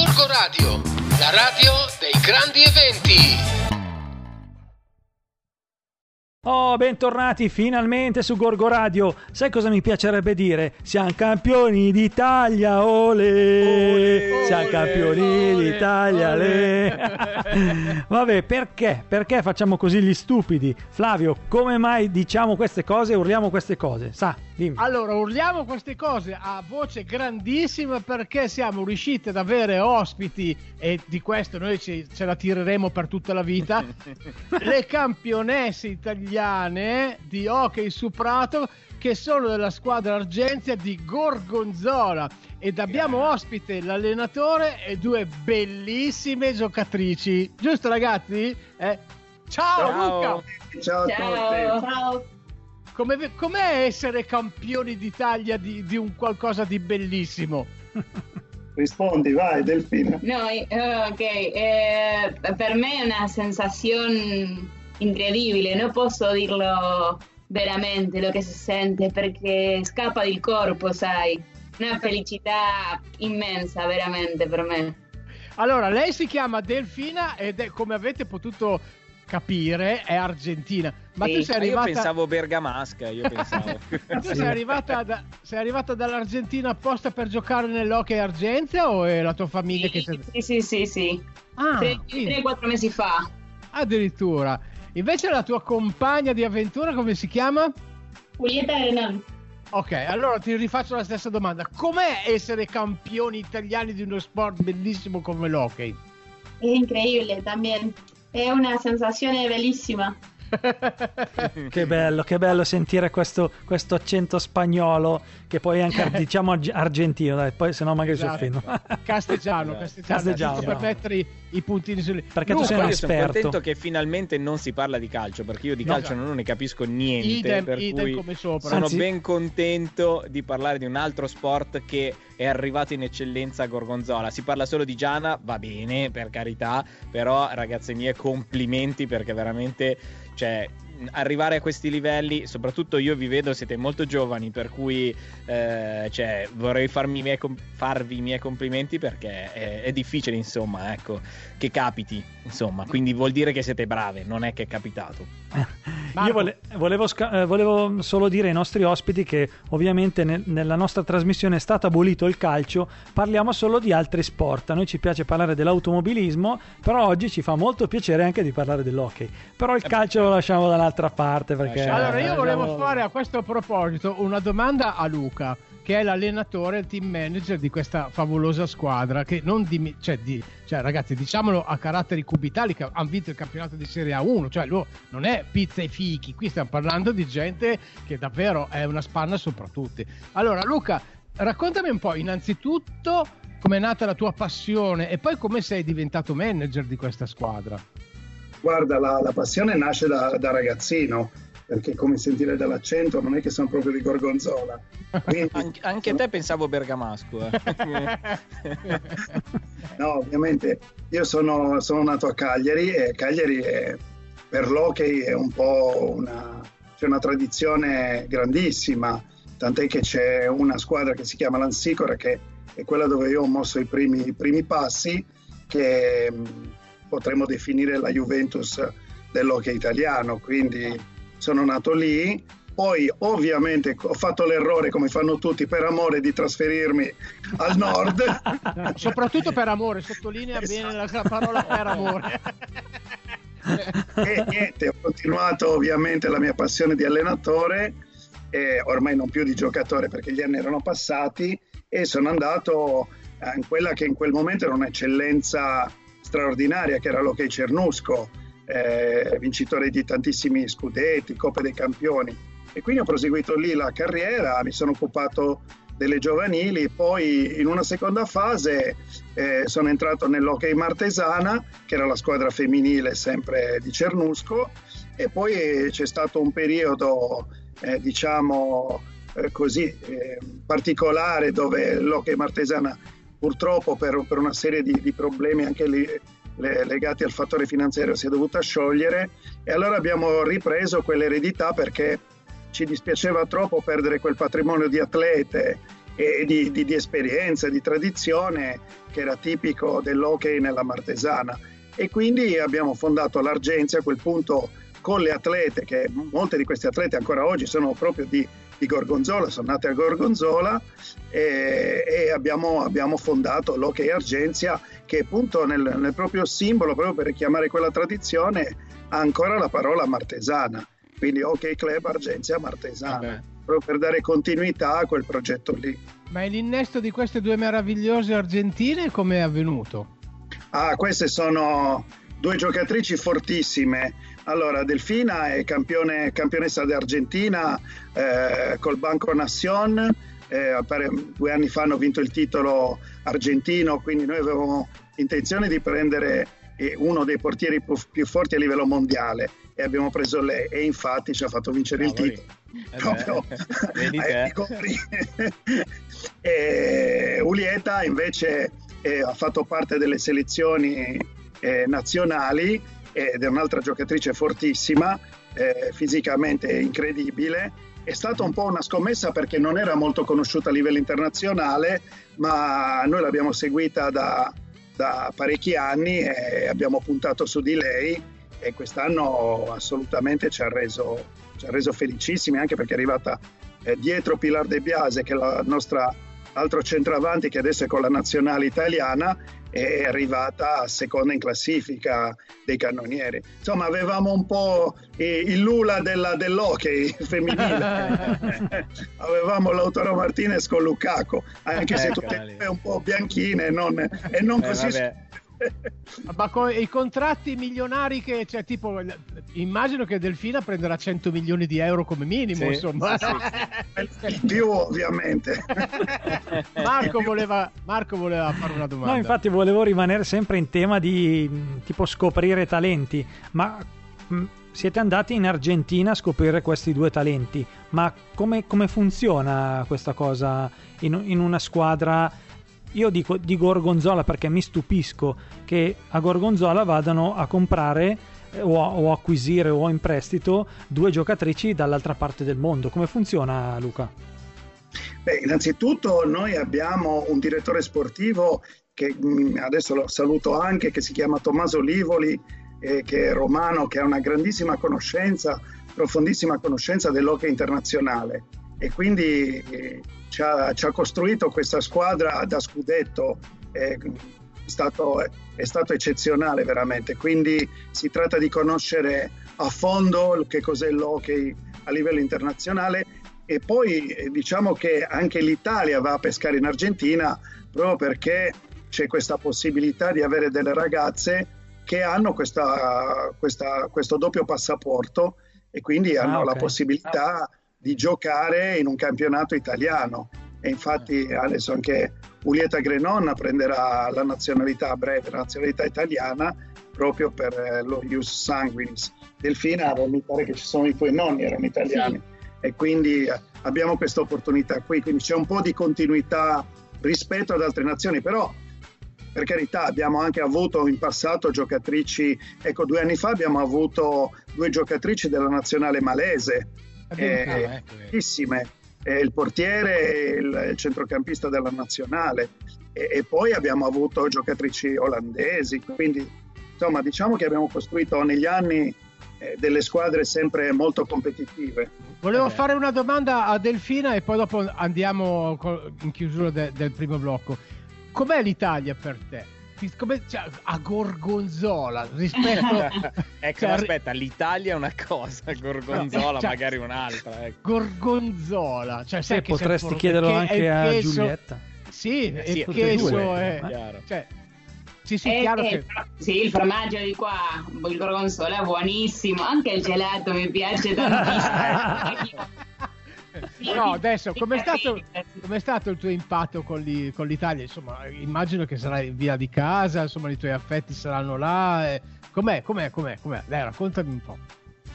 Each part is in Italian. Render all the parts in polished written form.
Gorgo Radio, la radio dei grandi eventi. Oh, bentornati finalmente su Gorgo Radio. Sai cosa mi piacerebbe dire? Siamo campioni d'Italia, ole! Siamo campioni d'Italia, ole! Vabbè, perché? Perché facciamo così gli stupidi? Flavio, come mai diciamo queste cose e urliamo queste cose? Sa, dimmi. Allora, urliamo queste cose a voce grandissima perché siamo riusciti ad avere ospiti, e di questo noi ce la tireremo per tutta la vita, le campionesse italiane di hockey su prato, che sono della squadra Argentia di Gorgonzola, ed abbiamo ospite l'allenatore e due bellissime giocatrici, giusto ragazzi? Ciao Luca! Ciao a tutti! Ciao! Com'è essere campioni d'Italia di un qualcosa di bellissimo? Rispondi, vai, Delfina. No, per me è una sensazione incredibile, non posso dirlo veramente lo che si sente perché scappa del corpo, sai, una felicità immensa veramente per me. Allora, lei si chiama Delfina ed è, come avete potuto capire, è argentina. Ma sì. tu sei arrivata... Io pensavo bergamasca, Tu sei arrivata dall'Argentina apposta per giocare nell'hockey Argentia o è la tua famiglia che Sì. Ah, 3-4 mesi fa. Addirittura. Invece la tua compagna di avventura come si chiama? Julieta Renan. Ok, allora ti rifaccio la stessa domanda. Com'è essere campioni italiani di uno sport bellissimo come l'hockey? È incredibile también. È una sensazione bellissima. Che bello sentire questo accento spagnolo, che poi è anche diciamo argentino, dai, poi se no magari si offendono. Castigiano, per mettere i puntini sulle... Perché tu sei un io sono esperto. contento che finalmente non si parla di calcio, perché io di calcio non ne capisco niente, per cui come sopra. sono ben contento di parlare di un altro sport che è arrivato in eccellenza a Gorgonzola. Si parla solo di Giana, va bene, per carità, però ragazze mie, complimenti, perché veramente, cioè, arrivare a questi livelli, soprattutto io vi vedo, siete molto giovani, per cui cioè, vorrei farvi i miei complimenti, perché è difficile, insomma, ecco, che capiti, insomma, quindi vuol dire che siete brave, non è che è capitato. Io volevo solo dire ai nostri ospiti che ovviamente nella nostra trasmissione è stato abolito il calcio, parliamo solo di altri sport. A noi ci piace parlare dell'automobilismo, però oggi ci fa molto piacere anche di parlare dell'hockey, però il calcio lo lasciamo dall'altra parte, perché allora io volevo fare a questo proposito una domanda a Luca, che è l'allenatore, il team manager di questa favolosa squadra, che cioè ragazzi, diciamolo a caratteri cubitali, che hanno vinto il campionato di Serie A1, cioè non è pizza e fichi, qui stiamo parlando di gente che davvero è una spanna sopra tutti. Allora Luca, raccontami un po' innanzitutto com'è nata la tua passione e poi come sei diventato manager di questa squadra. Guarda, la passione nasce da ragazzino, perché come sentire dall'accento non è che sono proprio di Gorgonzola. Quindi, anche te pensavo bergamasco. No, ovviamente io sono nato a Cagliari, e Cagliari per l'hockey è un po' c'è una tradizione grandissima, tant'è che c'è una squadra che si chiama l'Ansicora, che è quella dove io ho mosso i primi passi, che potremmo definire la Juventus dell'hockey italiano, quindi sono nato lì. Poi ovviamente ho fatto l'errore, come fanno tutti, per amore, di trasferirmi al nord. Soprattutto per amore, sottolinea bene la parola per amore. E niente, ho continuato ovviamente la mia passione di allenatore, ormai non più di giocatore perché gli anni erano passati, e sono andato in quella che in quel momento era un'eccellenza straordinaria, che era l'Hockey Cernusco, vincitore di tantissimi scudetti, Coppe dei Campioni, e quindi ho proseguito lì la carriera, mi sono occupato delle giovanili, poi in una seconda fase sono entrato nell'Hockey Martesana, che era la squadra femminile sempre di Cernusco, e poi c'è stato un periodo particolare, dove l'Hockey Martesana purtroppo per una serie di problemi anche lì legati al fattore finanziario si è dovuta sciogliere, e allora abbiamo ripreso quell'eredità perché ci dispiaceva troppo perdere quel patrimonio di atlete e di esperienza, di tradizione che era tipico dell'hockey nella Martesana. E quindi abbiamo fondato l'Argenzia a quel punto con le atlete, che molte di queste atlete ancora oggi sono proprio di Gorgonzola, sono nate a Gorgonzola, e abbiamo fondato l'Hockey Argenzia, che appunto nel proprio simbolo, proprio per richiamare quella tradizione, ha ancora la parola martesana, quindi Hockey Club Argenzia Martesana, proprio per dare continuità a quel progetto lì. Ma l'innesto di queste due meravigliose argentine come è avvenuto? Queste sono due giocatrici fortissime. Allora, Delfina è campionessa d'Argentina col Banco Nación. 2 anni fa hanno vinto il titolo argentino, quindi noi avevamo intenzione di prendere uno dei portieri più forti a livello mondiale, e abbiamo preso lei, e infatti ci ha fatto vincere il titolo. Proprio Ulieta invece ha fatto parte delle selezioni nazionali ed è un'altra giocatrice fortissima, fisicamente incredibile. È stata un po' una scommessa perché non era molto conosciuta a livello internazionale, ma noi l'abbiamo seguita da parecchi anni e abbiamo puntato su di lei, e quest'anno assolutamente ci ha reso felicissimi, anche perché è arrivata dietro Pilar De Biase, che è la nostra altro centravanti, che adesso è con la nazionale italiana, è arrivata seconda in classifica dei cannonieri. Insomma, avevamo un po' il Lula dell'hockey femminile. Avevamo Lautaro Martinez con Lukaku, anche se tutte e due un po' bianchine e non così. Ma con i contratti milionari che c'è, tipo, immagino che Delfina prenderà 100 milioni di euro come minimo, insomma. Sì. Più ovviamente. Marco voleva fare una domanda. No, infatti volevo rimanere sempre in tema di tipo scoprire talenti, ma siete andati in Argentina a scoprire questi due talenti, ma come funziona questa cosa in una squadra? Io dico di Gorgonzola perché mi stupisco che a Gorgonzola vadano a comprare o acquisire o in prestito due giocatrici dall'altra parte del mondo. Come funziona, Luca? Beh, innanzitutto noi abbiamo un direttore sportivo che adesso lo saluto anche, che si chiama Tommaso Livoli, che è romano, che ha una grandissima conoscenza, profondissima conoscenza dell'hockey internazionale, e quindi ci ha costruito questa squadra da scudetto. È stato eccezionale veramente, quindi si tratta di conoscere a fondo che cos'è l'hockey a livello internazionale, e poi diciamo che anche l'Italia va a pescare in Argentina proprio perché c'è questa possibilità di avere delle ragazze che hanno questo doppio passaporto, e quindi hanno la possibilità di giocare in un campionato italiano. E infatti adesso anche Ulieta Grenon prenderà la nazionalità a breve, la nazionalità italiana, proprio per lo ius sanguinis. Delfina, mi pare che ci sono i tuoi nonni, erano italiani, e quindi abbiamo questa opportunità qui, quindi c'è un po' di continuità rispetto ad altre nazioni. Però, per carità, abbiamo anche avuto in passato giocatrici, 2 anni fa abbiamo avuto 2 giocatrici della nazionale malese, bellissime, il portiere e il centrocampista della nazionale, e poi abbiamo avuto giocatrici olandesi, quindi insomma diciamo che abbiamo costruito negli anni delle squadre sempre molto competitive. Volevo fare una domanda a Delfina e poi dopo andiamo in chiusura del primo blocco. Com'è l'Italia per te? A Gorgonzola rispetto aspetta, l'Italia è una cosa, Gorgonzola magari un'altra, ecco. Gorgonzola, cioè sai che potresti chiederlo anche a Giulietta. Sì, il queso è chiaro. Cioè, chiaro che sì, il formaggio di qua, il Gorgonzola è buonissimo, anche il gelato mi piace tantissimo. No, adesso com'è stato il tuo impatto con l'Italia? Insomma, immagino che sarai via di casa, insomma i tuoi affetti saranno là. Com'è? Dai, raccontami un po'.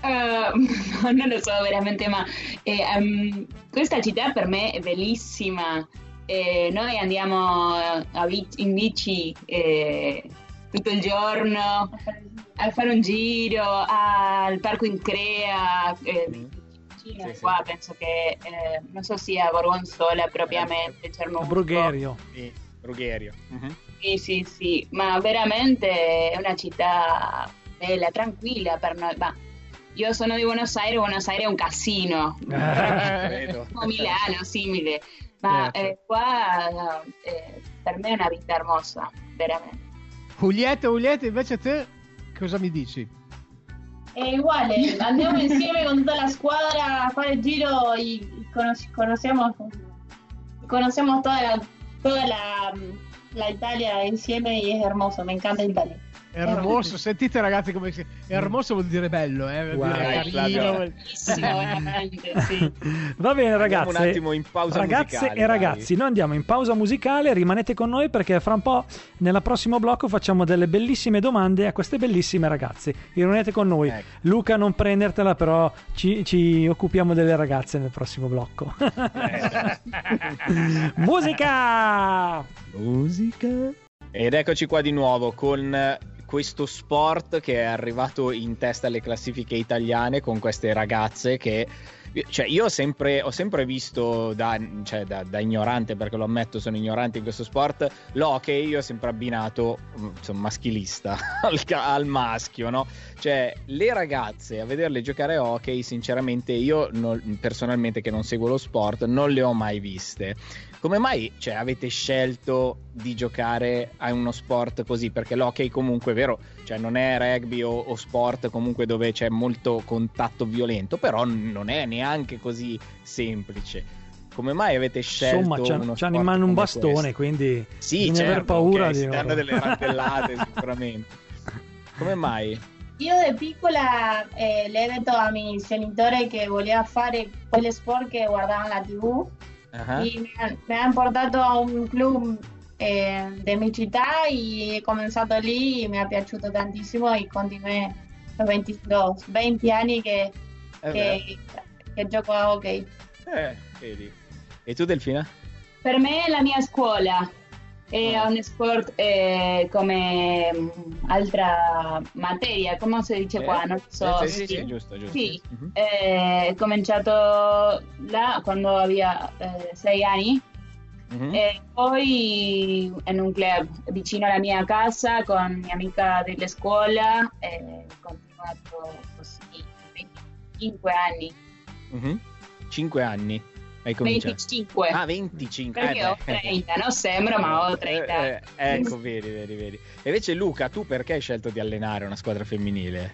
Non lo so veramente, ma questa città per me è bellissima. Noi andiamo in bici tutto il giorno a fare un giro al parco in Crea, vicino, Sì, qua penso che non so sia Gorgonzola propriamente, Cernusco. Brugherio. Sì, Brugherio. Mhm. Sì, ma veramente è una città bella, tranquilla per noi. Ma io sono di Buenos Aires è un casino, Credo. come Milano, simile, ma Certo. qua per me è una vita hermosa, veramente. Juliette, invece te cosa mi dici? È uguale, andiamo insieme con tutta la squadra a fare il giro e conocemos toda la Italia insieme y es hermoso, me encanta Italia. Hermoso, sentite ragazzi come si... Hermoso vuol dire bello, vuol Wow. dire Flavio. carino. Bellissimo, veramente, sì. Va bene Andiamo ragazze, un attimo in pausa ragazze musicale, e ragazzi, noi andiamo in pausa musicale, rimanete con noi perché fra un po' nel prossimo blocco facciamo delle bellissime domande a queste bellissime ragazze. Rimanete con noi. Ecco. Luca, non prendertela, però ci occupiamo delle ragazze nel prossimo blocco. Musica! Ed eccoci qua di nuovo con questo sport che è arrivato in testa alle classifiche italiane con queste ragazze che, cioè, io ho sempre visto da ignorante, perché lo ammetto, sono ignorante in questo sport, l'hockey. Io ho sempre abbinato, insomma, maschilista al maschio, no? Cioè, le ragazze, a vederle giocare a hockey, sinceramente io personalmente, che non seguo lo sport, non le ho mai viste. Come mai, cioè, avete scelto di giocare a uno sport così? Perché l'hockey comunque, è vero, cioè non è rugby o sport comunque dove c'è molto contatto violento, però non è neanche così semplice. Come mai avete scelto Insomma, uno c'hanno sport in mano un come bastone, questo? quindi Sì, bisogna certo, aver paura ok, di si danno loro. delle rantellate sicuramente. Come mai? Io de piccola le he detto a mis genitori che volevo fare quel sport che guardavano la TV Ah, y me han portato a un club de mi città e ho cominciato lì e mi è piaciuto tantissimo e continué los 20 anni che gioco a hockey. Vedi. E tu, Delfina? Per me è la mia scuola, è un sport come altra materia, come si dice qua, non so. Sì, giusto. Sì, Mhm. ho cominciato là quando avevo 6 anni Mhm. e poi in un club vicino alla mia casa con mia amica della scuola e ho continuato così 25 anni. Mhm. 5 anni hai cominciato. 25. Ah, 25. Perché ho 30, non sembra, ma ho 30. Ecco, vedi. E invece, Luca, tu perché hai scelto di allenare una squadra femminile?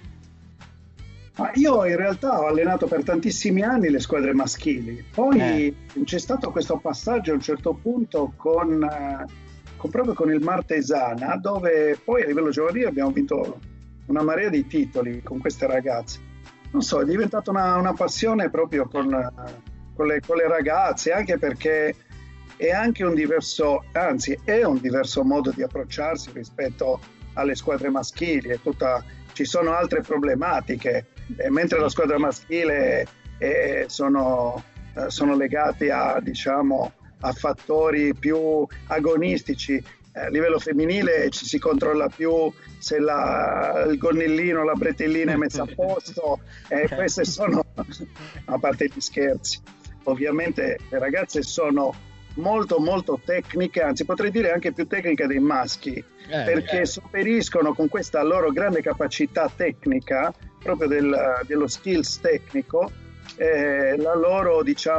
Ma io in realtà ho allenato per tantissimi anni le squadre maschili, poi c'è stato questo passaggio a un certo punto proprio con il Martesana, dove poi a livello giovanile abbiamo vinto una marea di titoli con queste ragazze. Non so, è diventata una passione proprio con le ragazze, anche perché è anche un diverso modo di approcciarsi rispetto alle squadre maschili. Ci sono altre problematiche, mentre la squadra maschile sono legati a fattori più agonistici. A livello femminile ci si controlla più se il gonnellino, la bretellina è messa a posto, queste sono, a parte gli scherzi. Ovviamente le ragazze sono molto molto tecniche, anzi potrei dire anche più tecniche dei maschi, perché sopperiscono con questa loro grande capacità tecnica, proprio dello skills tecnico, la loro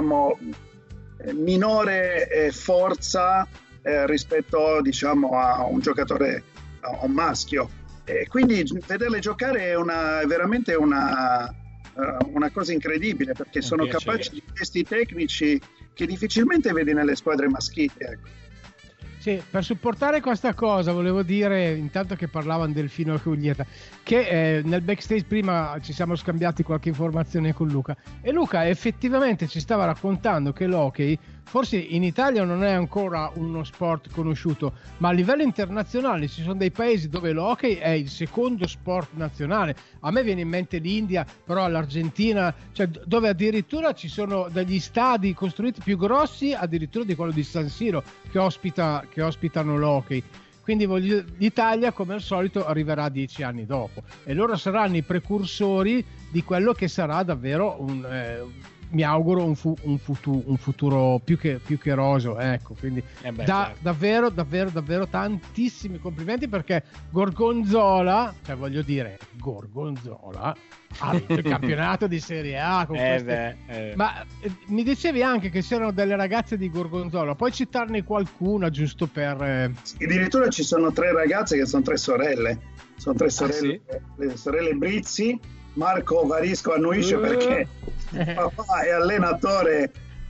minore forza rispetto a un giocatore, a un maschio. Quindi vederle giocare è veramente una cosa incredibile, perché sono capaci di gesti tecnici che difficilmente vedi nelle squadre maschili, ecco. Sì, per supportare questa cosa volevo dire, intanto che parlavano Delfino e Giulietta, che nel backstage prima ci siamo scambiati qualche informazione con Luca, e Luca effettivamente ci stava raccontando che l'hockey forse in Italia non è ancora uno sport conosciuto, ma a livello internazionale ci sono dei paesi dove l'hockey è il secondo sport nazionale. A me viene in mente l'India, però l'Argentina, cioè, dove addirittura ci sono degli stadi costruiti più grossi addirittura di quello di San Siro che ospitano l'hockey. Quindi l'Italia, come al solito, arriverà 10 anni dopo e loro saranno i precursori di quello che sarà davvero un mi auguro un futuro più che roseo, ecco, quindi certo. davvero tantissimi complimenti, perché Gorgonzola, cioè voglio dire, Gorgonzola ha vinto il campionato di Serie A con Ma mi dicevi anche che c'erano delle ragazze di Gorgonzola, puoi citarne qualcuna giusto per... Addirittura ci sono 3 ragazze che sono 3 sorelle, sì? Le sorelle Brizzi, Marco Varisco annuisce perché papà è allenatore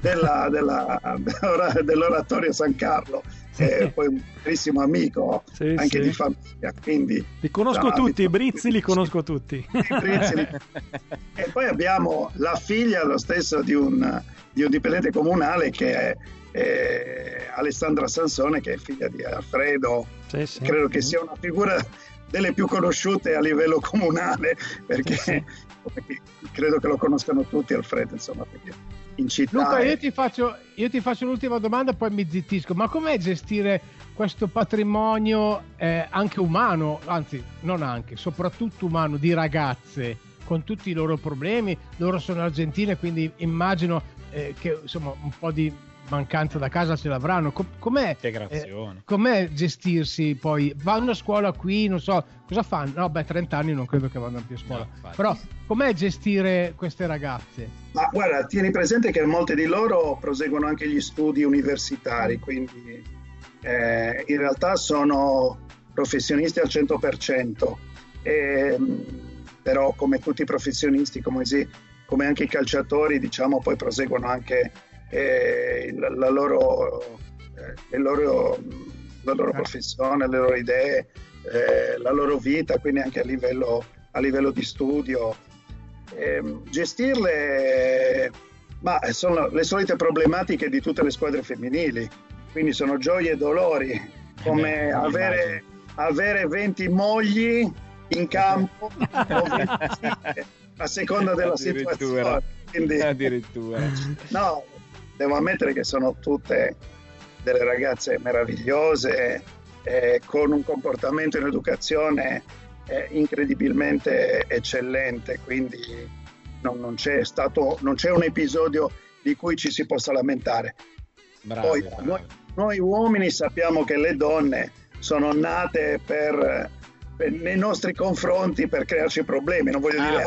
dell'Oratorio San Carlo, e poi un carissimo amico anche di famiglia, quindi li conosco tutti, i Brizzi li conosco tutti. E poi abbiamo la figlia lo stesso di un dipendente comunale, che è Alessandra Sansone, che è figlia di Alfredo. Credo che sia una figura delle più conosciute a livello comunale, perché credo che lo conoscano tutti Alfredo, insomma, perché in città. Luca, io ti faccio l'ultima domanda, poi mi zittisco. Ma com'è gestire questo patrimonio anche umano, anzi non anche, soprattutto umano, di ragazze con tutti i loro problemi? Loro sono argentine, quindi immagino che insomma un po' di mancanza da casa ce l'avranno. Com'è gestirsi? Poi vanno a scuola qui, non so cosa fanno. No, 30 anni non credo che vadano più a scuola, però com'è gestire queste ragazze? Ma guarda, tieni presente che molte di loro proseguono anche gli studi universitari, quindi in realtà sono professionisti al 100%, però come tutti i professionisti, come anche i calciatori, diciamo, poi proseguono anche la loro professione, le loro idee, la loro vita, quindi anche a livello di studio. Gestirle, ma sono le solite problematiche di tutte le squadre femminili, quindi sono gioie e dolori, come avere 20 mogli in campo a seconda della situazione. Quindi, addirittura. No, devo ammettere che sono tutte delle ragazze meravigliose, con un comportamento in educazione incredibilmente eccellente, quindi non c'è un episodio di cui ci si possa lamentare. Poi noi uomini sappiamo che le donne sono nate nei nostri confronti per crearci problemi, non voglio dire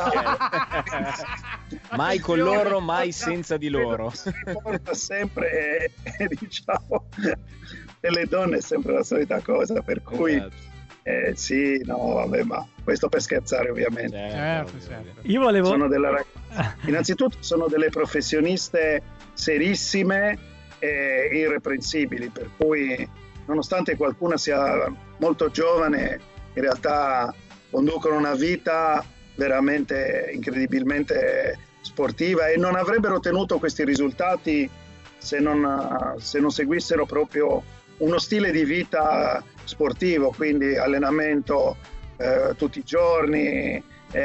mai con loro, mai senza di loro. Si porta sempre diciamo, e le donne è sempre la solita cosa, per cui sì, no, vabbè, ma questo per scherzare, ovviamente. Certo. Io volevo innanzitutto sono delle professioniste serissime e irreprensibili, per cui nonostante qualcuna sia molto giovane, in realtà conducono una vita veramente incredibilmente sportiva, e non avrebbero ottenuto questi risultati se non seguissero proprio uno stile di vita sportivo, quindi allenamento tutti i giorni,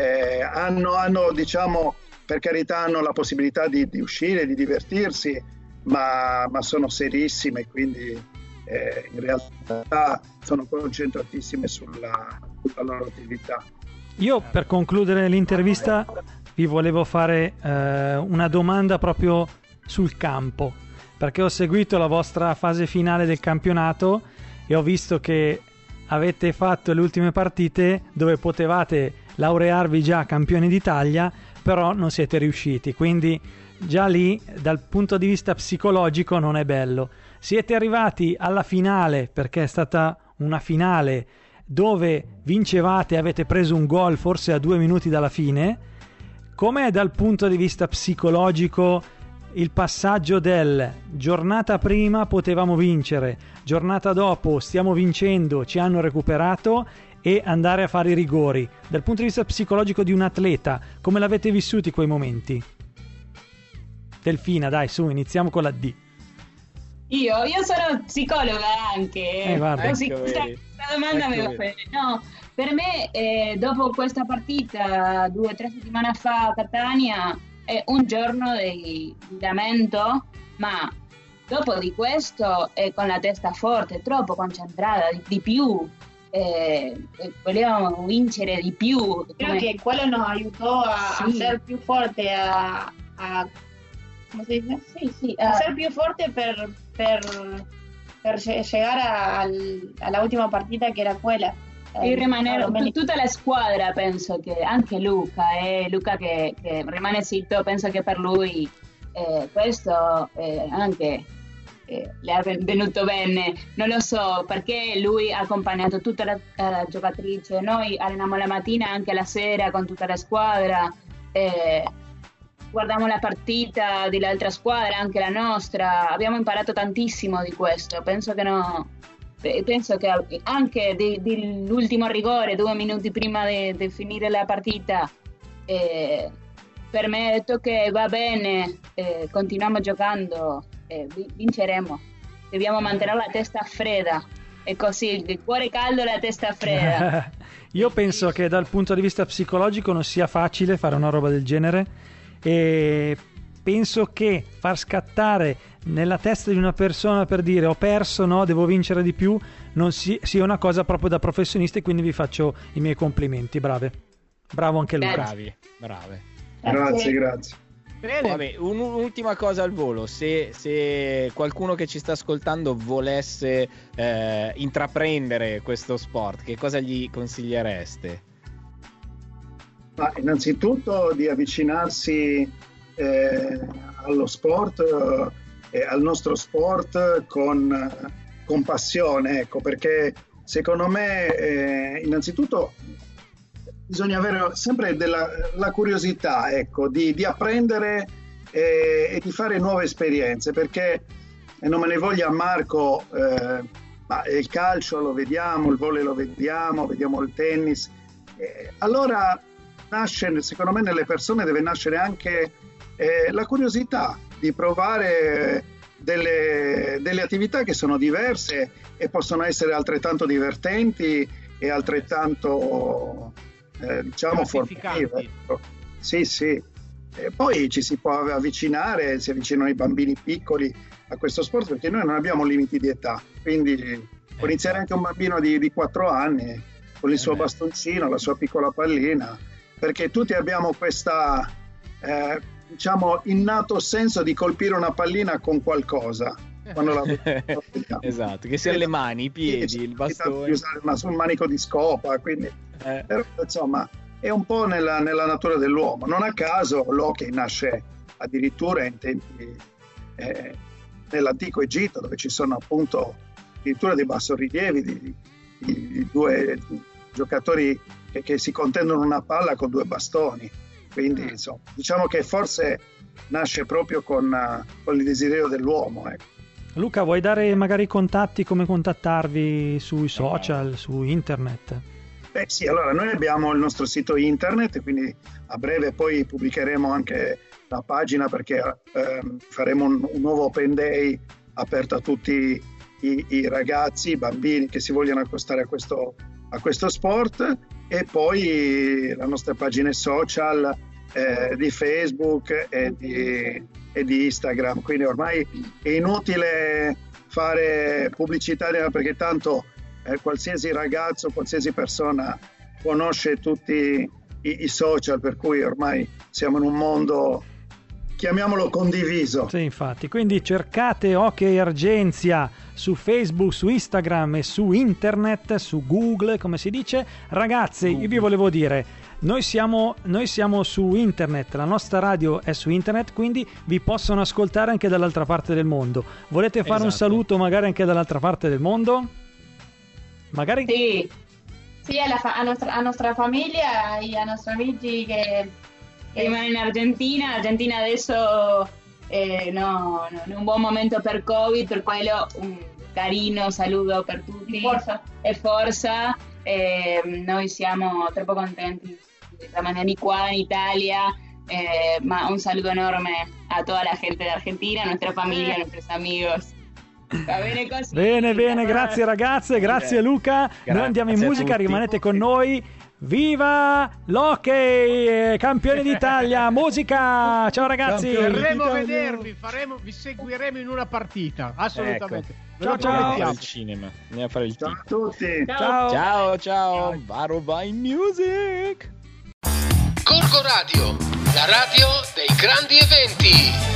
hanno diciamo, per carità, hanno la possibilità di uscire, di divertirsi, ma sono serissime, quindi in realtà sono concentratissime sulla loro attività. Io, per concludere l'intervista, vi volevo fare una domanda proprio sul campo, perché ho seguito la vostra fase finale del campionato e ho visto che avete fatto le ultime partite dove potevate laurearvi già campioni d'Italia, però non siete riusciti, quindi già lì dal punto di vista psicologico non è bello. Siete arrivati alla finale, perché è stata una finale dove vincevate, avete preso un gol forse a 2 minuti dalla fine. Com'è dal punto di vista psicologico il passaggio del giornata prima potevamo vincere, giornata dopo stiamo vincendo, ci hanno recuperato, e andare a fare i rigori? Dal punto di vista psicologico di un atleta, come l'avete vissuti quei momenti? Delfina, dai, su, iniziamo con la D. Io sono psicologa anche. Guarda, questa domanda mi va bene. No, per me dopo questa partita 2 o 3 settimane fa a Catania è un giorno di lamento, ma dopo di questo con la testa forte, troppo concentrata, di più. Volevamo vincere di più. Creo que quello nos aiutò a ser più forte, a ¿cómo se dice? Sí, Ser più forte per llegar alla ultima partita che era quella. E rimanere tutta la squadra, penso che anche Luca che rimane zitto, penso che per lui questo anche le è venuto bene, non lo so perché lui ha accompagnato tutta la giocatrice, noi alleniamo la mattina e anche la sera con tutta la squadra, guardiamo la partita dell'altra squadra, anche la nostra, abbiamo imparato tantissimo di questo, penso che anche dell'ultimo rigore 2 minuti prima di finire la partita, per me ha detto che va bene, continuiamo giocando, vinceremo, dobbiamo mantenere la testa fredda, è così, il cuore caldo e la testa fredda. Io penso che dal punto di vista psicologico non sia facile fare una roba del genere, e penso che far scattare nella testa di una persona per dire ho perso, no, devo vincere di più, non sia una cosa proprio da professionisti, quindi vi faccio i miei complimenti, bravo anche Luca. Brave. Grazie. Bene. Vabbè, un'ultima cosa al volo, se qualcuno che ci sta ascoltando volesse intraprendere questo sport, che cosa gli consigliereste? Ma innanzitutto di avvicinarsi allo sport, al nostro sport con passione, ecco, perché secondo me innanzitutto bisogna avere sempre la curiosità, ecco, di apprendere e di fare nuove esperienze, perché non me ne voglia Marco, ma il calcio lo vediamo, il volley lo vediamo il tennis, allora nasce, secondo me nelle persone deve nascere anche la curiosità di provare delle attività che sono diverse e possono essere altrettanto divertenti e altrettanto diciamo formative. Sì. E poi ci si può avvicinare, si avvicinano i bambini piccoli a questo sport, perché noi non abbiamo limiti di età, quindi può iniziare anche un bambino di 4 anni con il suo bastoncino, la sua piccola pallina, perché tutti abbiamo questa diciamo innato senso di colpire una pallina con qualcosa quando la esatto, che siano le mani, i piedi, il bastone, di usare un manico di scopa, quindi però insomma è un po' nella natura dell'uomo. Non a caso l'hockey nasce addirittura in tempi nell'antico Egitto, dove ci sono appunto addirittura dei bassorilievi di 2 giocatori che si contendono una palla con 2 bastoni, quindi insomma diciamo che forse nasce proprio con il desiderio dell'uomo, ecco. Luca, vuoi dare magari i contatti, come contattarvi sui social, su internet? Beh sì, allora noi abbiamo il nostro sito internet, quindi a breve poi pubblicheremo anche la pagina, perché faremo un nuovo open day aperto a tutti i ragazzi, i bambini che si vogliono accostare a questo sport, e poi le nostre pagine social di Facebook e di Instagram, quindi ormai è inutile fare pubblicità, perché tanto qualsiasi ragazzo, qualsiasi persona conosce tutti i social, per cui ormai siamo in un mondo, chiamiamolo condiviso. Sì, infatti, quindi cercate Hockey Argenzia su Facebook, su Instagram e su internet, su Google, come si dice. Ragazzi, io vi volevo dire, noi siamo su internet, la nostra radio è su internet, quindi vi possono ascoltare anche dall'altra parte del mondo. Volete fare un saluto magari anche dall'altra parte del mondo? Magari? Sì, a nostra famiglia e ai nostri amici che rimane in Argentina adesso no, è un buon momento per Covid, per quello un carino saluto per tutti e forza, noi siamo troppo contenti di rimanere qua in Italia, ma un saluto enorme a toda la gente de Argentina, a nuestra familia, a nuestros amigos. Va bene così. Bene, grazie ragazze, grazie Luca. Noi andiamo in musica, rimanete con noi. Viva l'hockey, campioni d'Italia, musica. Ciao ragazzi. Verremo a vedervi, vi seguiremo in una partita, assolutamente. Ecco. Ciao. Al cinema. Andiamo a fare il Ciao a tutti. Ciao. Barova in music. Gorgo Radio, la radio dei grandi eventi.